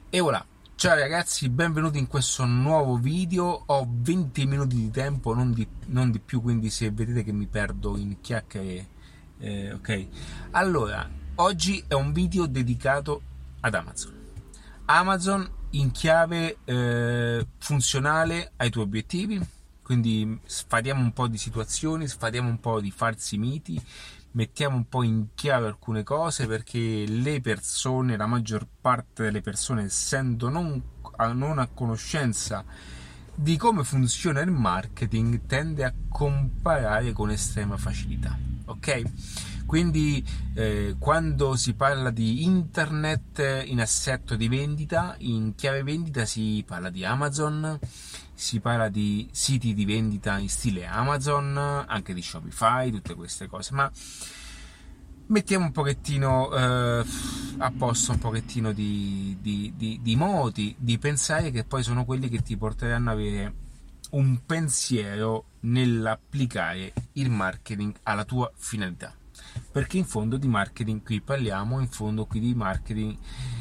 E voilà, ciao ragazzi, benvenuti in questo nuovo video. Ho 20 minuti di tempo, non di più, quindi se vedete che mi perdo in chiacchiere, ok. Allora, oggi è un video dedicato ad Amazon. Amazon in chiave funzionale ai tuoi obiettivi, quindi sfatiamo un po' di situazioni, sfatiamo un po' di falsi miti, mettiamo un po' in chiave alcune cose perché le persone, la maggior parte delle persone, essendo non a conoscenza di come funziona il marketing, tende a comparare con estrema facilità. Ok? Quindi quando si parla di internet in assetto di vendita, in chiave vendita si parla di Amazon, si parla di siti di vendita in stile Amazon, anche di Shopify, tutte queste cose, ma mettiamo un pochettino a posto un pochettino di modi di pensare che poi sono quelli che ti porteranno ad avere un pensiero nell'applicare il marketing alla tua finalità, perché in fondo di marketing qui parliamo, in fondo qui di marketing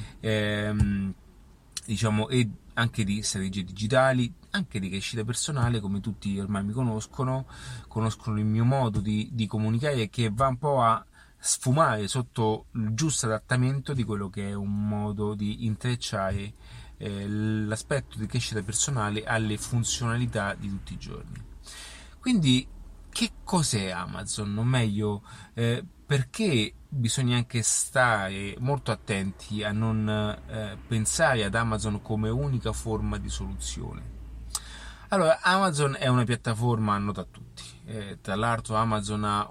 diciamo, e anche di strategie digitali, anche di crescita personale. Come tutti ormai mi conoscono il mio modo di comunicare, che va un po' a sfumare sotto il giusto adattamento di quello che è un modo di intrecciare l'aspetto di crescita personale alle funzionalità di tutti i giorni. Quindi, che cos'è Amazon? O meglio, perché bisogna anche stare molto attenti a non pensare ad Amazon come unica forma di soluzione. Allora, Amazon è una piattaforma nota a tutti. Tra l'altro Amazon ha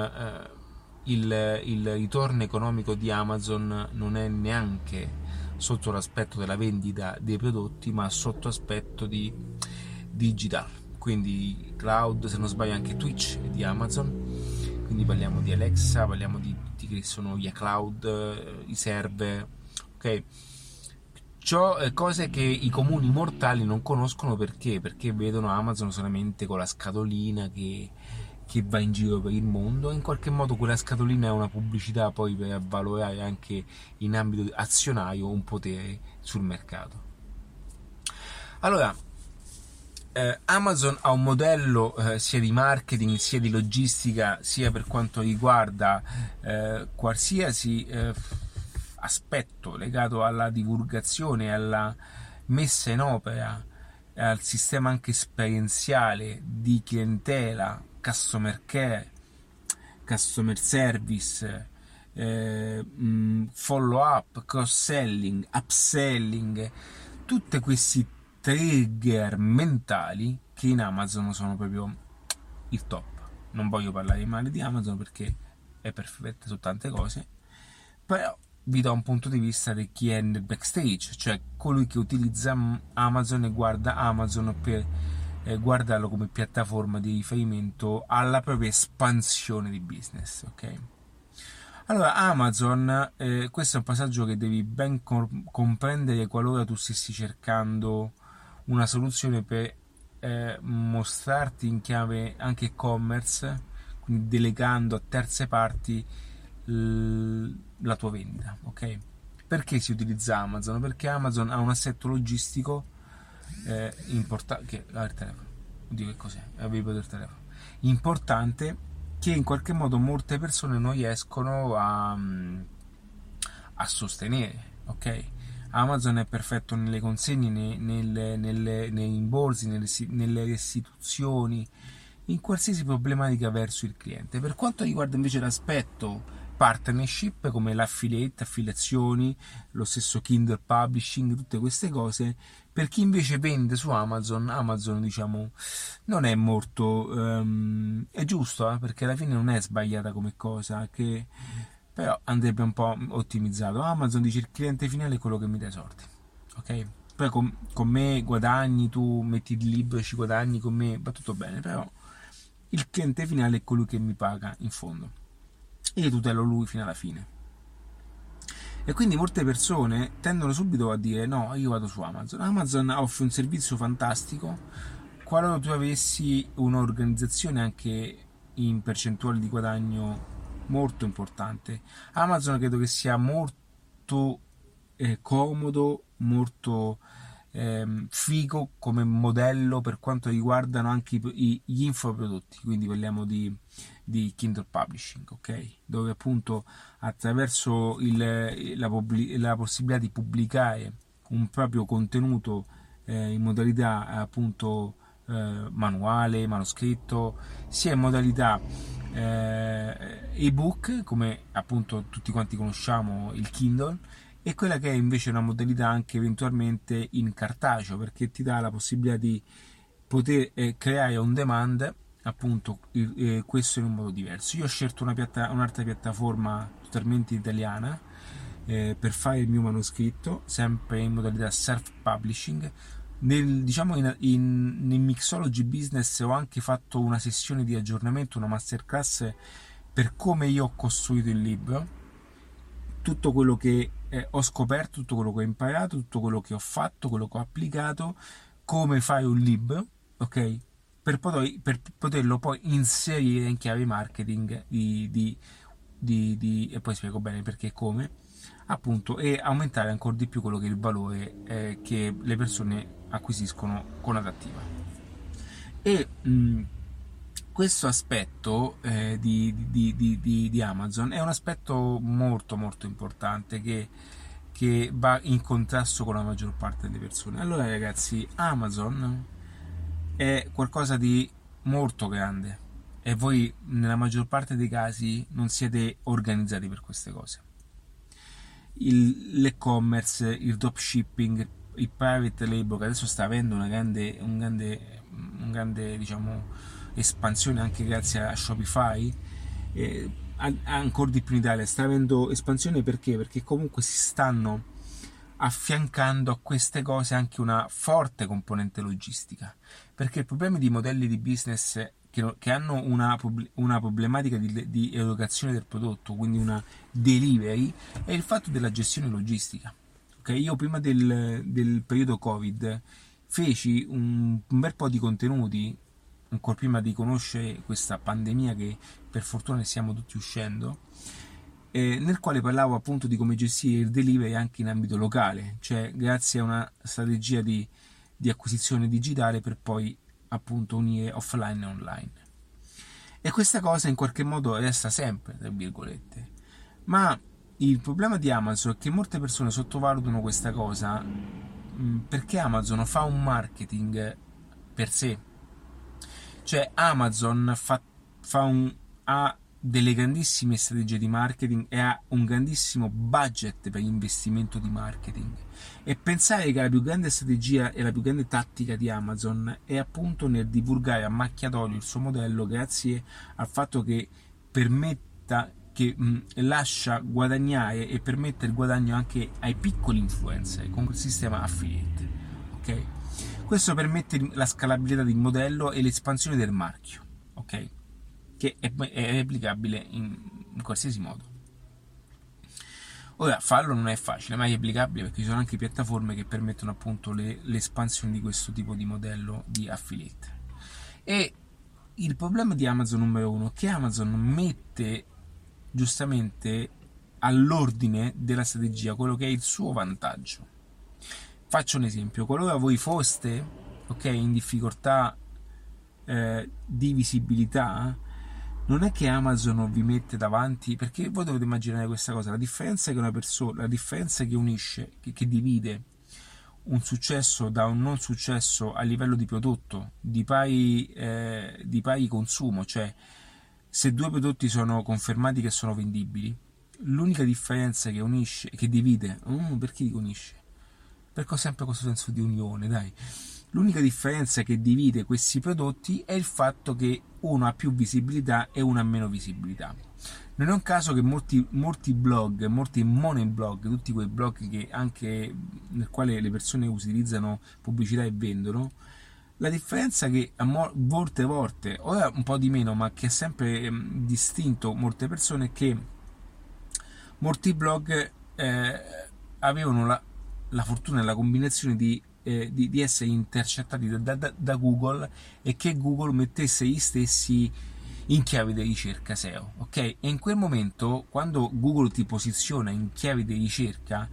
il ritorno economico di Amazon non è neanche sotto l'aspetto della vendita dei prodotti, ma sotto aspetto di digital, quindi cloud, se non sbaglio anche Twitch è di Amazon, quindi parliamo di Alexa, parliamo di tutti che sono gli cloud, i server, ok? Ciò cose che i comuni mortali non conoscono, perché vedono Amazon solamente con la scatolina che va in giro per il mondo. In qualche modo quella scatolina è una pubblicità poi per avvalorare anche in ambito azionario un potere sul mercato. Allora, Amazon ha un modello sia di marketing sia di logistica, sia per quanto riguarda qualsiasi aspetto legato alla divulgazione, alla messa in opera, al sistema anche esperienziale di clientela, customer care, customer service, follow up, cross selling, upselling, tutti questi trigger mentali che in Amazon sono proprio il top. Non voglio parlare male di Amazon perché è perfetta su tante cose, però vi do un punto di vista di chi è nel backstage, cioè colui che utilizza Amazon e guarda Amazon per guardarlo come piattaforma di riferimento alla propria espansione di business, ok? Allora, Amazon, questo è un passaggio che devi ben comprendere qualora tu stessi cercando una soluzione per mostrarti in chiave anche e-commerce, quindi delegando a terze parti la tua vendita, ok? Perché si utilizza Amazon? Perché Amazon ha un assetto logistico importante. Il telefono, oddio, che cos'è? Avevo del telefono importante, che in qualche modo molte persone non riescono a sostenere, ok? Amazon è perfetto nelle consegne, nei rimborsi, nelle restituzioni, in qualsiasi problematica verso il cliente. Per quanto riguarda invece l'aspetto partnership, come l'affiliate, affiliazioni, lo stesso Kindle Publishing, tutte queste cose, per chi invece vende su Amazon, Amazon diciamo non è molto è giusto, perché alla fine non è sbagliata come cosa, che però andrebbe un po' ottimizzato. Amazon dice il cliente finale è quello che mi dà i soldi, ok? Poi con me guadagni, tu metti il libro, ci guadagni con me, va tutto bene, però il cliente finale è colui che mi paga in fondo e io tutelo lui fino alla fine. E quindi molte persone tendono subito a dire no, io vado su Amazon. Amazon offre un servizio fantastico qualora tu avessi un'organizzazione anche in percentuale di guadagno molto importante. Amazon credo che sia molto comodo, molto figo come modello per quanto riguardano anche gli infoprodotti. Quindi parliamo di Kindle Publishing, ok? Dove appunto attraverso la possibilità di pubblicare un proprio contenuto in modalità appunto manuale, manoscritto, sia in modalità ebook, come appunto tutti quanti conosciamo il Kindle, e quella che è invece una modalità anche eventualmente in cartaceo, perché ti dà la possibilità di poter creare on demand appunto questo in un modo diverso. Io ho scelto un'altra piattaforma totalmente italiana per fare il mio manoscritto, sempre in modalità self-publishing. Diciamo nel Mixology Business ho anche fatto una sessione di aggiornamento, una masterclass per come io ho costruito il libro, tutto quello che ho scoperto, tutto quello che ho imparato, tutto quello che ho fatto, quello che ho applicato, come fare un libro, ok? Per poterlo poi inserire in chiave marketing e poi spiego bene perché e come, appunto, e aumentare ancora di più quello che è il valore che le persone acquisiscono con Adattiva. E questo aspetto di Amazon è un aspetto molto molto importante che va in contrasto con la maggior parte delle persone. Allora ragazzi, Amazon è qualcosa di molto grande e voi nella maggior parte dei casi non siete organizzati per queste cose. L'e-commerce, il dropshipping, il private label, che adesso sta avendo una grande diciamo espansione anche grazie a Shopify, ancora di più in Italia sta avendo espansione perché comunque si stanno affiancando a queste cose anche una forte componente logistica, perché il problema di modelli di business che hanno una problematica di erogazione del prodotto, quindi una delivery, è il fatto della gestione logistica. Okay? Io prima del periodo Covid feci un bel po' di contenuti, ancora prima di conoscere questa pandemia che per fortuna ne stiamo tutti uscendo, nel quale parlavo appunto di come gestire il delivery anche in ambito locale, cioè grazie a una strategia di acquisizione digitale per poi appunto unire offline e online. E questa cosa in qualche modo resta sempre, tra virgolette. Ma il problema di Amazon è che molte persone sottovalutano questa cosa perché Amazon fa un marketing per sé. Cioè Amazon ha delle grandissime strategie di marketing e ha un grandissimo budget per l'investimento di marketing, e pensare che la più grande strategia e la più grande tattica di Amazon è appunto nel divulgare a macchia d'olio il suo modello grazie al fatto che permetta che lascia guadagnare e permette il guadagno anche ai piccoli influencer con il sistema affiliate, ok? Questo permette la scalabilità del modello e l'espansione del marchio, ok? Che è replicabile in qualsiasi modo. Ora, farlo non è facile, ma è replicabile perché ci sono anche piattaforme che permettono appunto l'espansione di questo tipo di modello di affiliate. E il problema di Amazon numero uno è che Amazon mette giustamente all'ordine della strategia quello che è il suo vantaggio. Faccio un esempio: qualora voi foste in difficoltà di visibilità, non è che Amazon vi mette davanti, perché voi dovete immaginare questa cosa: la differenza che una persona, la differenza che unisce, che divide un successo da un non successo a livello di prodotto di pari consumo, cioè se due prodotti sono confermati che sono vendibili, l'unica differenza che unisce, che divide, perché dico unisce? Perché ho sempre questo senso di unione, dai. L'unica differenza che divide questi prodotti è il fatto che uno ha più visibilità e uno ha meno visibilità. Non è un caso che molti blog, molti money blog, tutti quei blog che anche nel quale le persone utilizzano pubblicità e vendono, la differenza che a molte volte, ora un po' di meno, ma che ha sempre distinto molte persone, è che molti blog avevano la fortuna e la combinazione di essere intercettati da Google, e che Google mettesse gli stessi in chiave di ricerca SEO, ok? E in quel momento, quando Google ti posiziona in chiave di ricerca,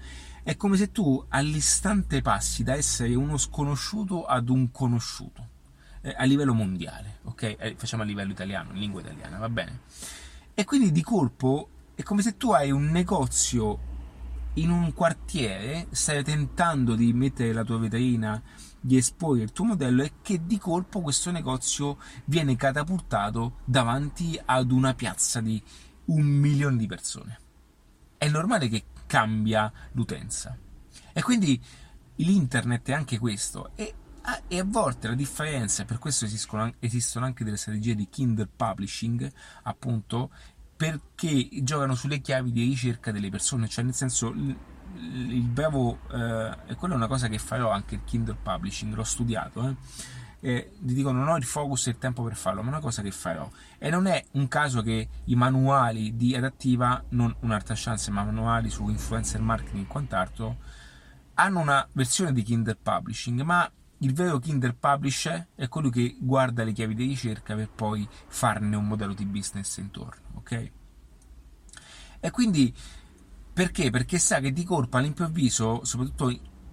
È come se tu all'istante passi da essere uno sconosciuto ad un conosciuto a livello mondiale, ok? Facciamo a livello italiano, in lingua italiana, va bene? E quindi di colpo è come se tu hai un negozio in un quartiere, stai tentando di mettere la tua vetrina, di esporre il tuo modello e che di colpo questo negozio viene catapultato davanti ad una piazza di 1 milione di persone. È normale che cambia l'utenza. E quindi l'internet è anche questo. E a volte la differenza, per questo esistono anche delle strategie di Kindle Publishing, appunto, perché giocano sulle chiavi di ricerca delle persone, cioè nel senso il bravo, e quella è una cosa che farò anche il Kindle Publishing, l'ho studiato, ti dico non ho il focus e il tempo per farlo, ma è una cosa che farò. E non è un caso che i manuali di adattiva, non un'altra chance, ma manuali su influencer marketing e quant'altro, hanno una versione di Kindle Publishing, ma il vero Kindle Publisher è quello che guarda le chiavi di ricerca per poi farne un modello di business intorno, ok? E quindi perché? Perché sa che di colpo all'improvviso, soprattutto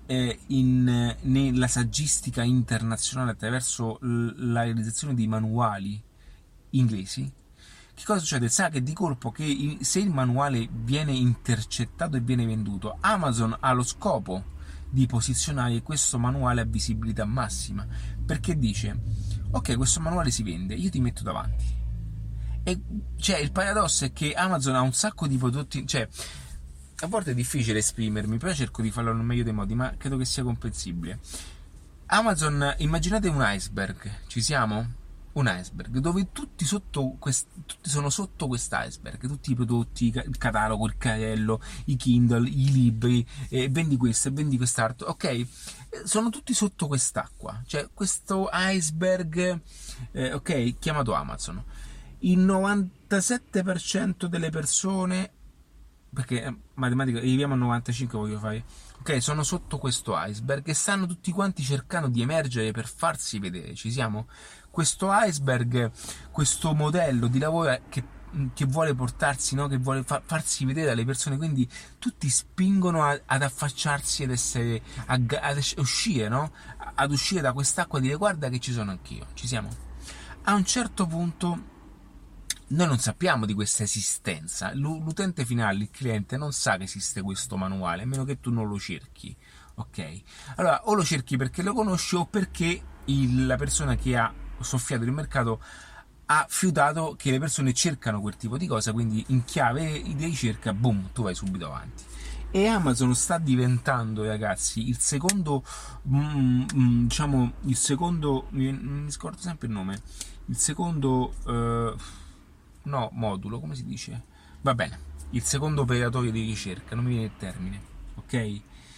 nella saggistica internazionale attraverso la realizzazione di manuali inglesi, che cosa succede? Sa che di colpo che se il manuale viene intercettato e viene venduto, Amazon ha lo scopo di posizionare questo manuale a visibilità massima, perché dice ok, questo manuale si vende, io ti metto davanti. E cioè il paradosso è che Amazon ha un sacco di prodotti, cioè a volte è difficile esprimermi, però cerco di farlo nel meglio dei modi, ma credo che sia comprensibile. Amazon, immaginate un iceberg, ci siamo? Un iceberg dove tutti sono sotto quest'iceberg, tutti i prodotti, il catalogo, il carrello, i Kindle, i libri, vendi questo e vendi quest'altro, ok? Sono tutti sotto quest'acqua, cioè questo iceberg, ok, chiamato Amazon. Il 97% delle persone, perché matematica arriviamo al 95 voglio fare, ok, sono sotto questo iceberg e stanno tutti quanti cercando di emergere per farsi vedere, ci siamo? Questo iceberg, questo modello di lavoro che vuole portarsi, no? Che vuole farsi vedere dalle persone, quindi tutti spingono ad affacciarsi, ad essere, ad uscire, no? Ad uscire da quest'acqua e dire guarda che ci sono anch'io, ci siamo? A un certo punto noi non sappiamo di questa esistenza, l'utente finale, il cliente, non sa che esiste questo manuale, a meno che tu non lo cerchi, ok? Allora, o lo cerchi perché lo conosci o perché la persona che ha soffiato il mercato ha fiutato che le persone cercano quel tipo di cosa, quindi in chiave di ricerca, boom, tu vai subito avanti. E Amazon sta diventando, ragazzi, il secondo, diciamo, il secondo, mi scordo sempre il nome, il secondo, no, modulo, come si dice? Va bene, il secondo operatore di ricerca, non mi viene il termine, ok?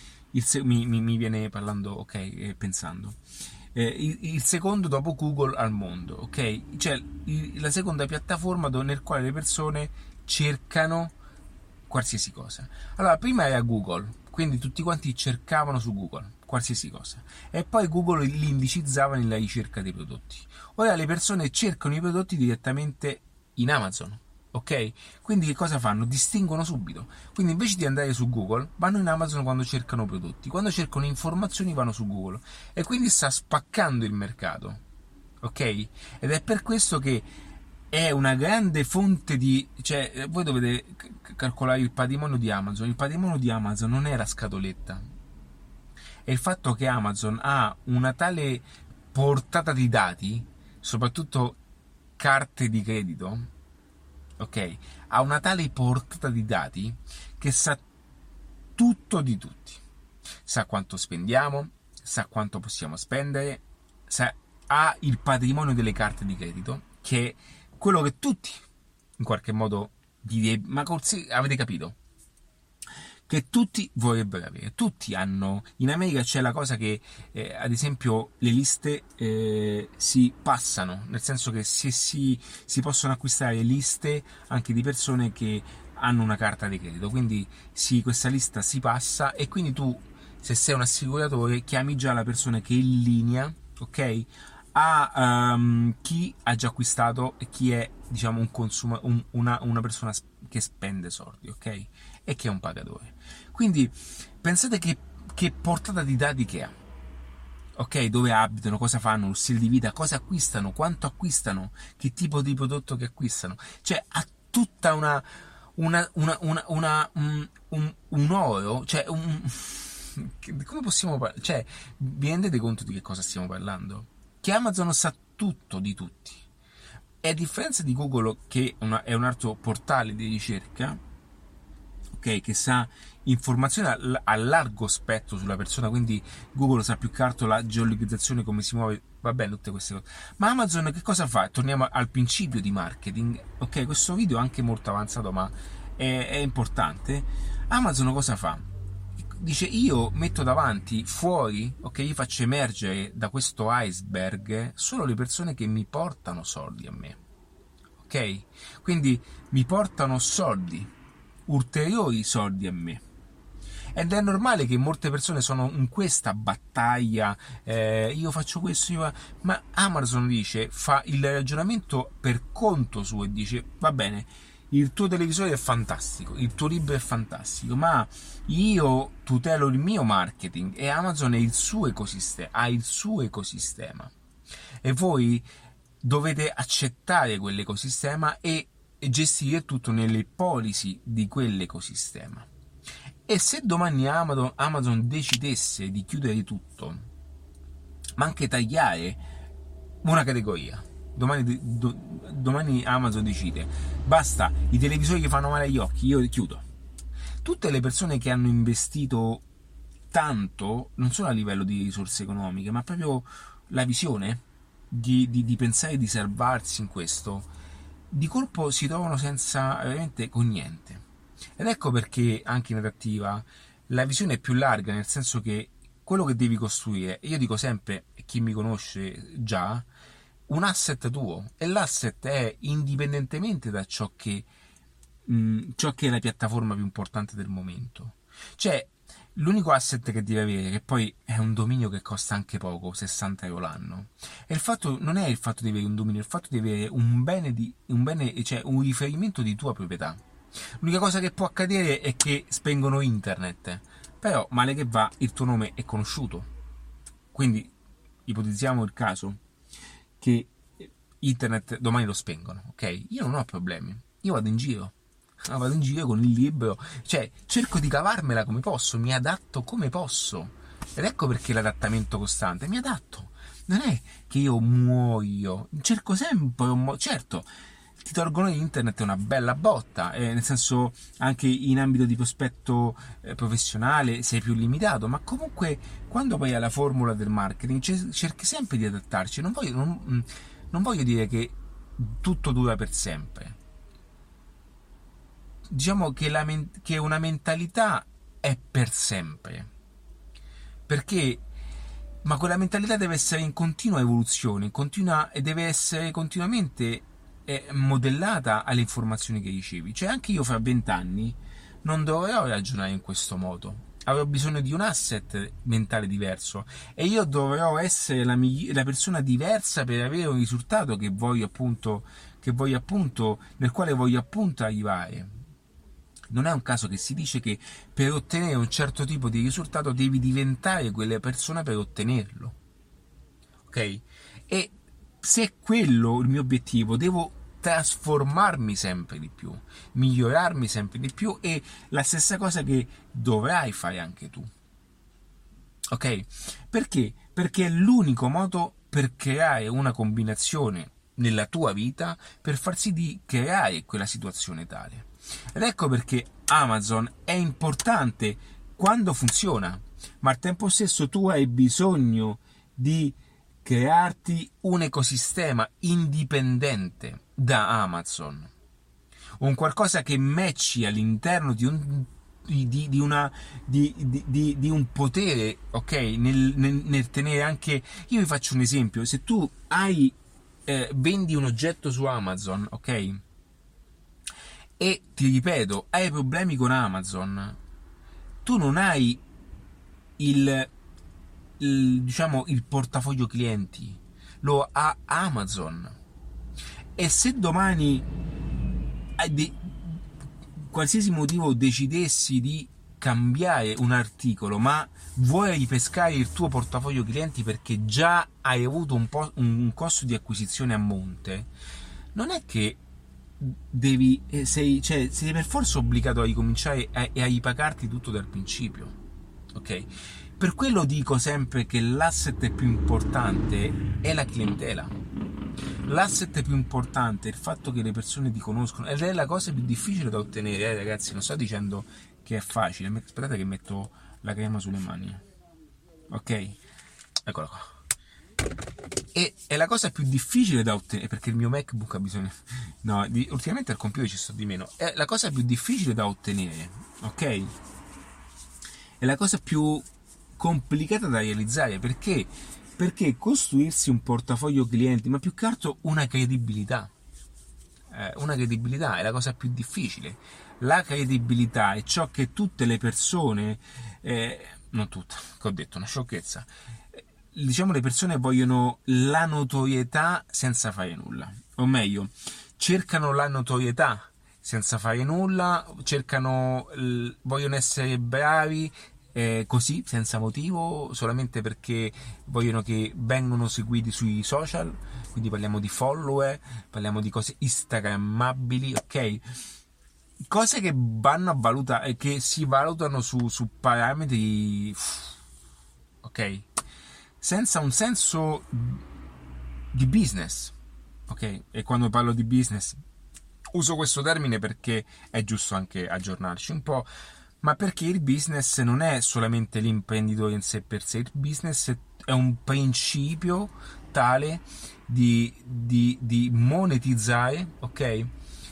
Mi viene parlando, ok, pensando. Il secondo dopo Google al mondo, ok? Cioè la seconda piattaforma nel quale le persone cercano qualsiasi cosa. Allora, prima era Google, quindi tutti quanti cercavano su Google qualsiasi cosa e poi Google li indicizzava nella ricerca dei prodotti. Ora le persone cercano i prodotti direttamente in Amazon, ok? Quindi che cosa fanno? Distinguono subito. Quindi invece di andare su Google, vanno in Amazon quando cercano prodotti, quando cercano informazioni vanno su Google e quindi sta spaccando il mercato, ok? Ed è per questo che è una grande fonte di, cioè voi dovete calcolare il patrimonio di Amazon. Il patrimonio di Amazon non è la scatoletta, è il fatto che Amazon ha una tale portata di dati, soprattutto carte di credito, ok? Ha una tale portata di dati che sa tutto di tutti. Sa quanto spendiamo, sa quanto possiamo spendere, ha il patrimonio delle carte di credito, che è quello che tutti, in qualche modo, ma avete capito? Che tutti vorrebbero avere. Tutti hanno. In America c'è la cosa che, ad esempio, le liste si passano, nel senso che se si possono acquistare liste anche di persone che hanno una carta di credito, quindi questa lista si passa e quindi tu, se sei un assicuratore, chiami già la persona che è in linea, ok? A chi ha già acquistato e chi è, diciamo, una persona che spende soldi, ok? E che è un pagatore. Quindi pensate che portata di dati che ha. Ok, dove abitano, cosa fanno, lo stile di vita, cosa acquistano, quanto acquistano, che tipo di prodotto che acquistano. Cioè, ha tutta un oro, cioè come possiamo parlare? Cioè, vi rendete conto di che cosa stiamo parlando? Che Amazon sa tutto di tutti. E a differenza di Google, che è un altro portale di ricerca, ok, che sa informazioni a largo spettro sulla persona, quindi Google sa più che altro la geolocalizzazione, come si muove, va bene, tutte queste cose. Ma Amazon che cosa fa? Torniamo al principio di marketing. Ok, questo video è anche molto avanzato, ma è importante. Amazon cosa fa? Dice: io metto davanti, fuori, ok, io faccio emergere da questo iceberg solo le persone che mi portano soldi a me. Ok? Quindi mi portano soldi, ulteriori soldi a me. Ed è normale che molte persone sono in questa battaglia, io faccio questo, ma Amazon dice, fa il ragionamento per conto suo e dice: va bene, il tuo televisore è fantastico, il tuo libro è fantastico, ma io tutelo il mio marketing e Amazon è il suo ecosistema, ha il suo ecosistema. E voi dovete accettare quell'ecosistema e gestire tutto nelle policy di quell'ecosistema. E se domani Amazon decidesse di chiudere tutto, ma anche tagliare una categoria, domani Amazon decide: basta, i televisori che fanno male agli occhi, io chiudo. Tutte le persone che hanno investito tanto, non solo a livello di risorse economiche, ma proprio la visione di pensare di salvarsi in questo, di colpo si trovano senza veramente con niente. Ed ecco perché anche in adattiva la visione è più larga, nel senso che quello che devi costruire, io dico sempre, e chi mi conosce già, un asset tuo, e l'asset è indipendentemente da ciò che è la piattaforma più importante del momento. Cioè, l'unico asset che devi avere, che poi è un dominio che costa anche poco, 60 euro l'anno, non è il fatto di avere un dominio, è il fatto di avere un bene, cioè un riferimento di tua proprietà. L'unica cosa che può accadere è che spengono internet, però male che va il tuo nome è conosciuto. Quindi ipotizziamo il caso che internet domani lo spengono, ok? Io non ho problemi, io vado in giro con il libro, cioè cerco di cavarmela come posso, mi adatto come posso, ed ecco perché l'adattamento costante, mi adatto, non è che io muoio, cerco sempre certo, ti tolgono internet è una bella botta, nel senso, anche in ambito di prospetto professionale sei più limitato, ma comunque quando poi hai la formula del marketing cerchi sempre di adattarci. Non voglio dire che tutto dura per sempre, diciamo che una mentalità è per sempre, perché ma quella mentalità deve essere in continua evoluzione, e deve essere continuamente modellata alle informazioni che ricevi. Cioè anche io fra 20 anni non dovrò ragionare in questo modo, avrò bisogno di un asset mentale diverso e io dovrò essere la persona diversa per avere un risultato nel quale voglio appunto arrivare. Non è un caso che si dice che per ottenere un certo tipo di risultato devi diventare quella persona per ottenerlo, ok? E se è quello il mio obiettivo, devo trasformarmi sempre di più, migliorarmi sempre di più, e la stessa cosa che dovrai fare anche tu, ok? Perché? Perché è l'unico modo per creare una combinazione nella tua vita per far sì di creare quella situazione tale. Ed ecco perché Amazon è importante quando funziona, ma al tempo stesso tu hai bisogno di crearti un ecosistema indipendente da Amazon, un qualcosa che matchi all'interno di un potere, ok? Nel tenere anche. Io vi faccio un esempio: se tu vendi un oggetto su Amazon, ok? E ti ripeto, hai problemi con Amazon, tu non hai diciamo il portafoglio clienti, lo ha Amazon. E se domani qualsiasi motivo decidessi di cambiare un articolo, ma vuoi ripescare il tuo portafoglio clienti perché già hai avuto un costo di acquisizione a monte, non è che sei per forza obbligato a ricominciare e a ripagarti tutto dal principio, ok? Per quello dico sempre che l'asset più importante è la clientela. L'asset più importante è il fatto che le persone ti conoscono, ed è la cosa più difficile da ottenere, ragazzi. Non sto dicendo che è facile. Aspettate che metto la crema sulle mani, ok? Eccola qua. E è la cosa più difficile da ottenere, perché il mio MacBook ha bisogno, no, ultimamente al computer ci sto di meno. È la cosa più difficile da ottenere, ok? È la cosa più complicata da realizzare, perché costruirsi un portafoglio clienti, ma più che altro una credibilità è la cosa più difficile. La credibilità è ciò che tutte le persone, non tutte, che ho detto una sciocchezza, diciamo le persone vogliono la notorietà senza fare nulla, o meglio, cercano la notorietà senza fare nulla, vogliono essere bravi, così, senza motivo, solamente perché vogliono che vengano seguiti sui social. Quindi parliamo di follower, parliamo di cose instagrammabili, ok? Cose che vanno a valutare, che si valutano su parametri, ok? Senza un senso di business, ok? E quando parlo di business uso questo termine perché è giusto anche aggiornarci un po', ma perché il business non è solamente l'imprenditore in sé per sé, il business è un principio tale di monetizzare, ok?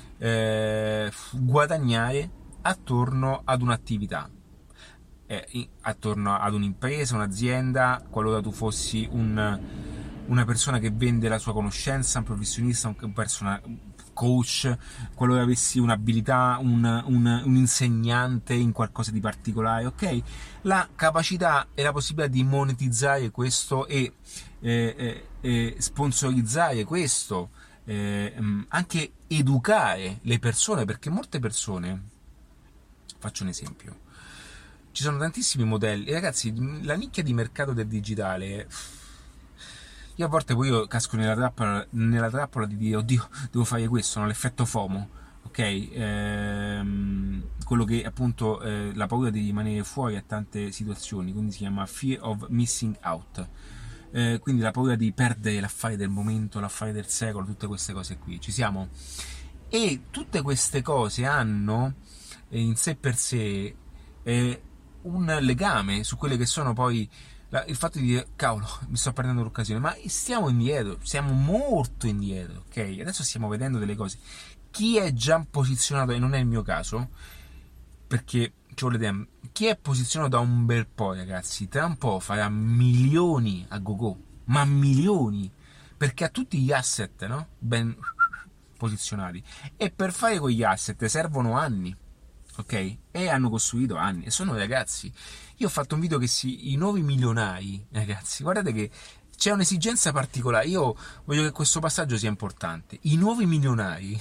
Guadagnare attorno ad un'attività, attorno ad un'impresa, un'azienda, qualora tu fossi una persona che vende la sua conoscenza, un professionista, un personale coach, qualora avessi un'abilità, un insegnante in qualcosa di particolare, ok? La capacità e la possibilità di monetizzare questo e sponsorizzare questo, anche educare le persone, perché molte persone, faccio un esempio, ci sono tantissimi modelli, e ragazzi, la nicchia di mercato del digitale, io a volte poi io casco nella trappola di dire oddio, devo fare questo, no? L'effetto FOMO, ok? Quello che appunto la paura di rimanere fuori a tante situazioni, quindi si chiama fear of missing out, quindi la paura di perdere l'affare del momento, l'affare del secolo, tutte queste cose qui, ci siamo? E tutte queste cose hanno in sé per sé un legame su quelle che sono poi il fatto di dire cavolo, mi sto perdendo l'occasione, ma stiamo indietro, siamo molto indietro, ok? Adesso stiamo vedendo delle cose. Chi è già posizionato, e non è il mio caso, perché ci vuole tempo, chi è posizionato da un bel po', ragazzi, tra un po' farà milioni a go-go, ma milioni, perché ha tutti gli asset, no? Ben posizionati, e per fare quegli asset servono anni, ok? E hanno costruito anni, e sono ragazzi. Io ho fatto un video che i nuovi milionari, ragazzi, guardate che c'è un'esigenza particolare, io voglio che questo passaggio sia importante. I nuovi milionari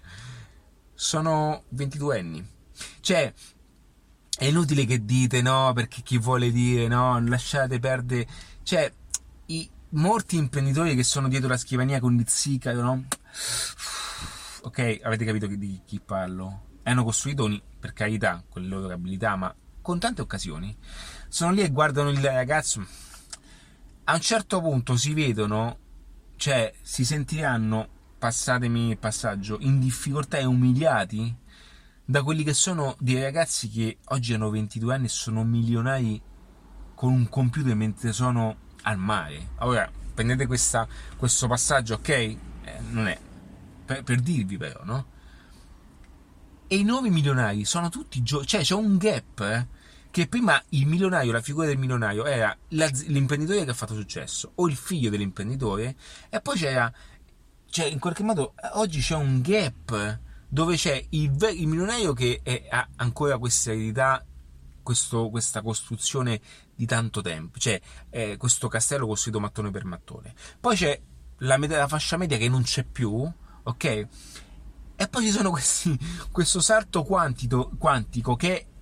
sono 22 anni, cioè è inutile che dite no, perché chi vuole dire no, lasciate perdere, cioè molti imprenditori che sono dietro la scrivania con il zicaro, no? Ok, avete capito di chi parlo? Hanno costruito, per carità, con le loro abilità, ma con tante occasioni, sono lì e guardano il ragazzo, a un certo punto si vedono, cioè si sentiranno, passatemi il passaggio, in difficoltà e umiliati da quelli che sono dei ragazzi che oggi hanno 22 anni e sono milionari con un computer mentre sono al mare. Ora, prendete questo passaggio, ok? Non è per dirvi però, no? E i nuovi milionari sono tutti cioè c'è un gap, che prima il milionario, la figura del milionario era l'imprenditore che ha fatto successo o il figlio dell'imprenditore, e poi cioè in qualche modo oggi c'è un gap dove c'è il milionario che ha ancora questa eredità, questa costruzione di tanto tempo, cioè questo castello costruito mattone per mattone, poi c'è la fascia media che non c'è più, ok? E poi ci sono questo salto quantico che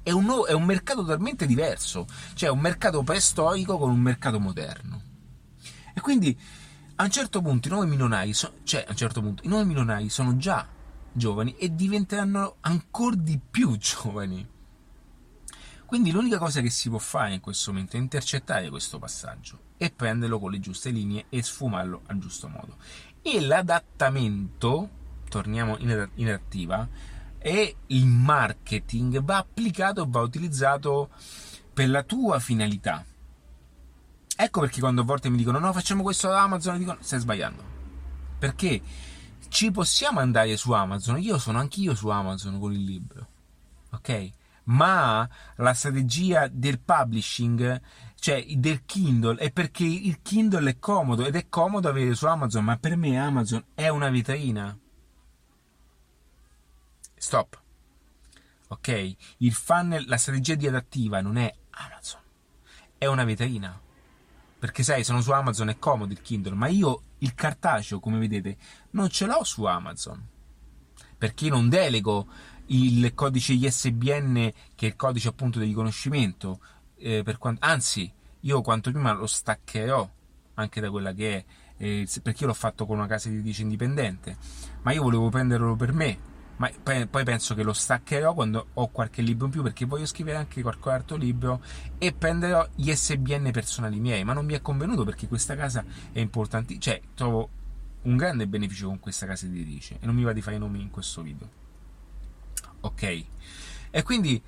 è un mercato totalmente diverso, cioè un mercato preistorico con un mercato moderno. E quindi a un certo punto i nuovi milionari, i nuovi milionari sono già giovani e diventeranno ancora di più giovani. Quindi l'unica cosa che si può fare in questo momento è intercettare questo passaggio e prenderlo con le giuste linee e sfumarlo al giusto modo. E l'adattamento, torniamo in attiva, e il marketing va applicato e va utilizzato per la tua finalità. Ecco perché quando a volte mi dicono no, facciamo questo ad Amazon, dicono stai sbagliando. Perché ci possiamo andare su Amazon, io sono anch'io su Amazon con il libro, ok? Ma la strategia del publishing, cioè del Kindle, è perché il Kindle è comodo ed è comodo avere su Amazon, ma per me Amazon è una vetrina. Stop. Ok? Il funnel, la strategia di adattiva non è Amazon, è una vetrina. Perché sai, sono su Amazon, è comodo il Kindle, ma io il cartaceo, come vedete, non ce l'ho su Amazon. Perché io non delego il codice ISBN, che è il codice appunto di riconoscimento, anzi, io quanto prima lo staccherò anche da quella che è, perché io l'ho fatto con una casa editrice indipendente, ma io volevo prenderlo per me, ma poi penso che lo staccherò quando ho qualche libro in più, perché voglio scrivere anche qualche altro libro e prenderò gli ISBN personali miei, ma non mi è convenuto perché questa casa è importante, cioè trovo un grande beneficio con questa casa editrice e non mi va di fare i nomi in questo video, ok? E quindi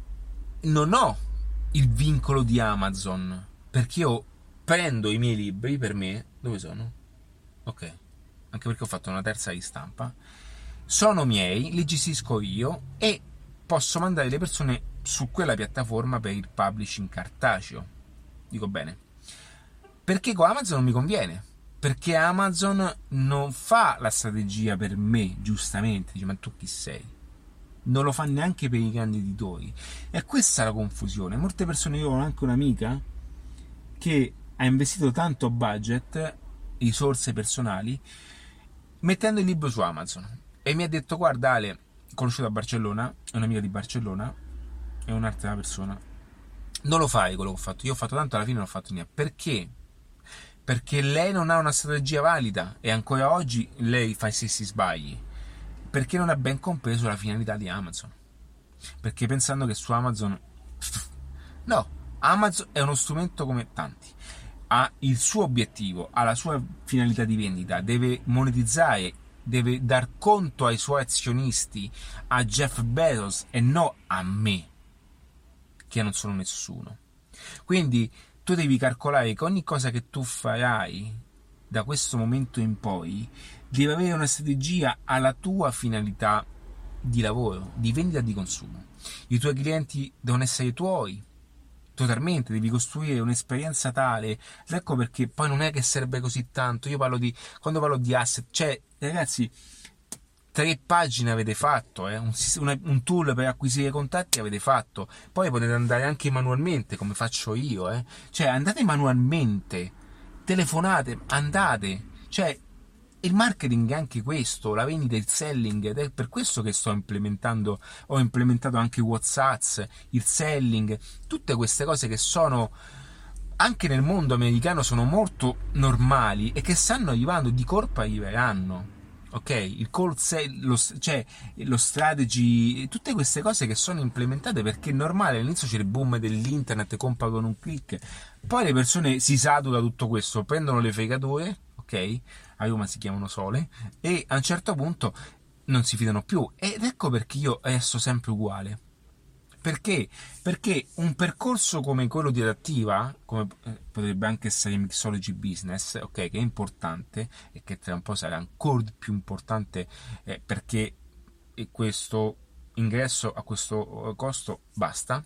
non ho il vincolo di Amazon, perché io prendo i miei libri per me, dove sono? Ok, anche perché ho fatto una terza ristampa, sono miei, li gestisco io e posso mandare le persone su quella piattaforma per il publishing cartaceo. Dico bene, perché con Amazon non mi conviene, perché Amazon non fa la strategia per me, giustamente, dice ma tu chi sei? Non lo fa neanche per i grandi editori. E questa è la confusione. Molte persone, io ho anche un'amica che ha investito tanto budget, risorse personali, mettendo il libro su Amazon. E mi ha detto, guarda Ale, conosciuto a Barcellona, è un'amica di Barcellona, è un'altra persona, non lo fai quello che ho fatto. Io ho fatto tanto, alla fine non ho fatto niente. Perché? Perché lei non ha una strategia valida e ancora oggi lei fa i stessi sbagli. Perché non ha ben compreso la finalità di Amazon. Perché pensando che su Amazon... No, Amazon è uno strumento come tanti. Ha il suo obiettivo, ha la sua finalità di vendita, deve monetizzare, deve dar conto ai suoi azionisti, a Jeff Bezos e non a me, che non sono nessuno. Quindi tu devi calcolare che ogni cosa che tu farai da questo momento in poi deve avere una strategia alla tua finalità di lavoro, di vendita e di consumo. I tuoi clienti devono essere tuoi, totalmente, devi costruire un'esperienza tale. Ecco perché poi non è che serve così tanto. Quando parlo di asset, cioè ragazzi, 3 pagine avete fatto, un tool per acquisire contatti avete fatto, poi potete andare anche manualmente come faccio io, cioè andate manualmente, telefonate, andate, cioè il marketing è anche questo, la vendita, il selling, ed è per questo che ho implementato anche WhatsApp, il selling, tutte queste cose che sono anche nel mondo americano sono molto normali e che stanno arrivando, di colpo arriveranno. Ok, il call cioè lo strategy, tutte queste cose che sono implementate perché è normale. All'inizio c'è il boom dell'internet, compra con un click, poi le persone si satura tutto questo, prendono le fregature, ok? A Roma si chiamano sole, e a un certo punto non si fidano più. Ed ecco perché io resto sempre uguale. Perché? Perché un percorso come quello di adattiva, come potrebbe anche essere Mixology Business, ok, che è importante e che tra un po' sarà ancora più importante, perché questo ingresso a questo costo basta,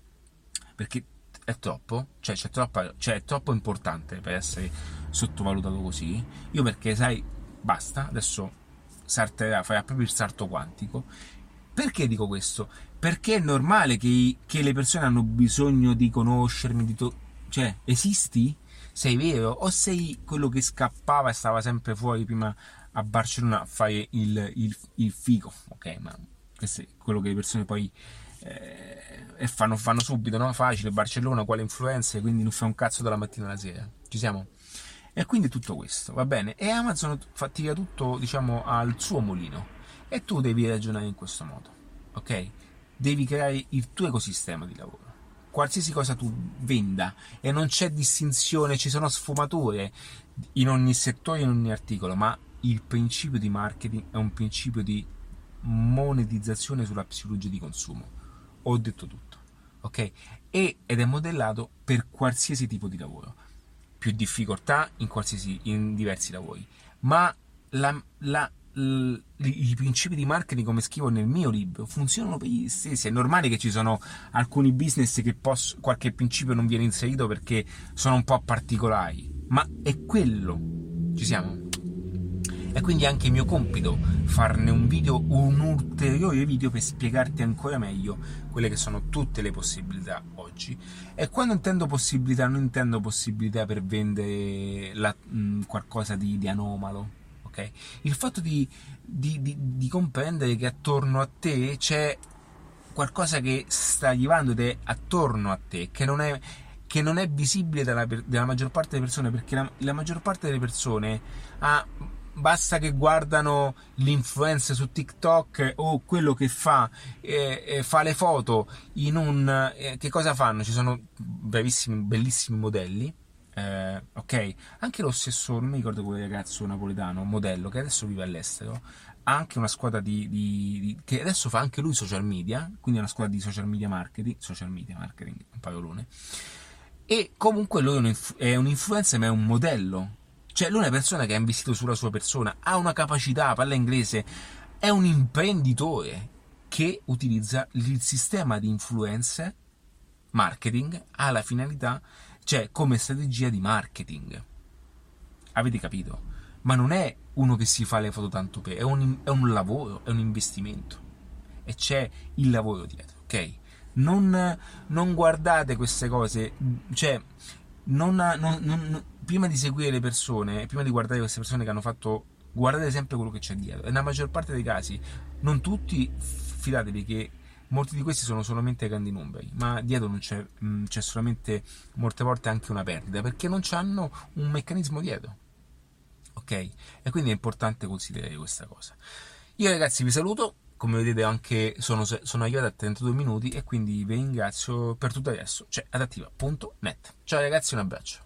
perché è troppo, cioè è troppo importante per essere sottovalutato così. Io perché sai, basta, adesso farà proprio il salto quantico. Perché dico questo? Perché è normale che le persone hanno bisogno di conoscermi, cioè, esisti? Sei vero? O sei quello che scappava e stava sempre fuori prima a Barcellona a fare il figo? Ok, ma questo è quello che le persone poi e fanno subito, no? Facile, Barcellona, quale influencer, quindi non fa un cazzo dalla mattina alla sera. Ci siamo? E quindi tutto questo, va bene? E Amazon tira tutto, diciamo, al suo mulino. E tu devi ragionare in questo modo, ok? Devi creare il tuo ecosistema di lavoro. Qualsiasi cosa tu venda, e non c'è distinzione, ci sono sfumature in ogni settore, in ogni articolo, ma il principio di marketing è un principio di monetizzazione sulla psicologia di consumo. Ho detto tutto, ok? Ed è modellato per qualsiasi tipo di lavoro. Più difficoltà in diversi lavori, ma i principi di marketing, come scrivo nel mio libro, funzionano per gli stessi. È normale che ci sono alcuni business che qualche principio non viene inserito perché sono un po' particolari, ma è quello, ci siamo? E quindi è anche mio compito farne un ulteriore video per spiegarti ancora meglio quelle che sono tutte le possibilità oggi. E quando intendo possibilità, non intendo possibilità per vendere qualcosa di anomalo, ok? Il fatto di comprendere che attorno a te c'è qualcosa che sta arrivando ed è attorno a te, che non è visibile dalla maggior parte delle persone, perché la maggior parte delle persone basta che guardano l'influencer su TikTok o quello che fa le foto che cosa fanno? Ci sono bravissimi, bellissimi modelli, ok? Anche lo stesso, non mi ricordo quel ragazzo napoletano, modello, che adesso vive all'estero, ha anche una squadra che adesso fa anche lui social media, quindi è una squadra di social media marketing, un parolone, e comunque lui è un influencer, ma è un modello. Cioè, lui è una persona che ha investito sulla sua persona, ha una capacità, parla inglese, è un imprenditore che utilizza il sistema di influencer marketing alla finalità, cioè come strategia di marketing. Avete capito? Ma non è uno che si fa le foto tanto per, è un lavoro, è un investimento. E c'è il lavoro dietro, ok? Non guardate queste cose, cioè prima di seguire le persone, prima di guardare queste persone che hanno fatto, guardate sempre quello che c'è dietro. E nella maggior parte dei casi, non tutti, fidatevi che molti di questi sono solamente grandi numeri, ma dietro non c'è solamente, molte volte, anche una perdita, perché non hanno un meccanismo dietro, ok? E quindi è importante considerare questa cosa. Io, ragazzi, vi saluto. Come vedete, anche sono arrivato a 32 minuti, e quindi vi ringrazio per tutto adesso. Cioè, adattiva.net. Ciao ragazzi, un abbraccio.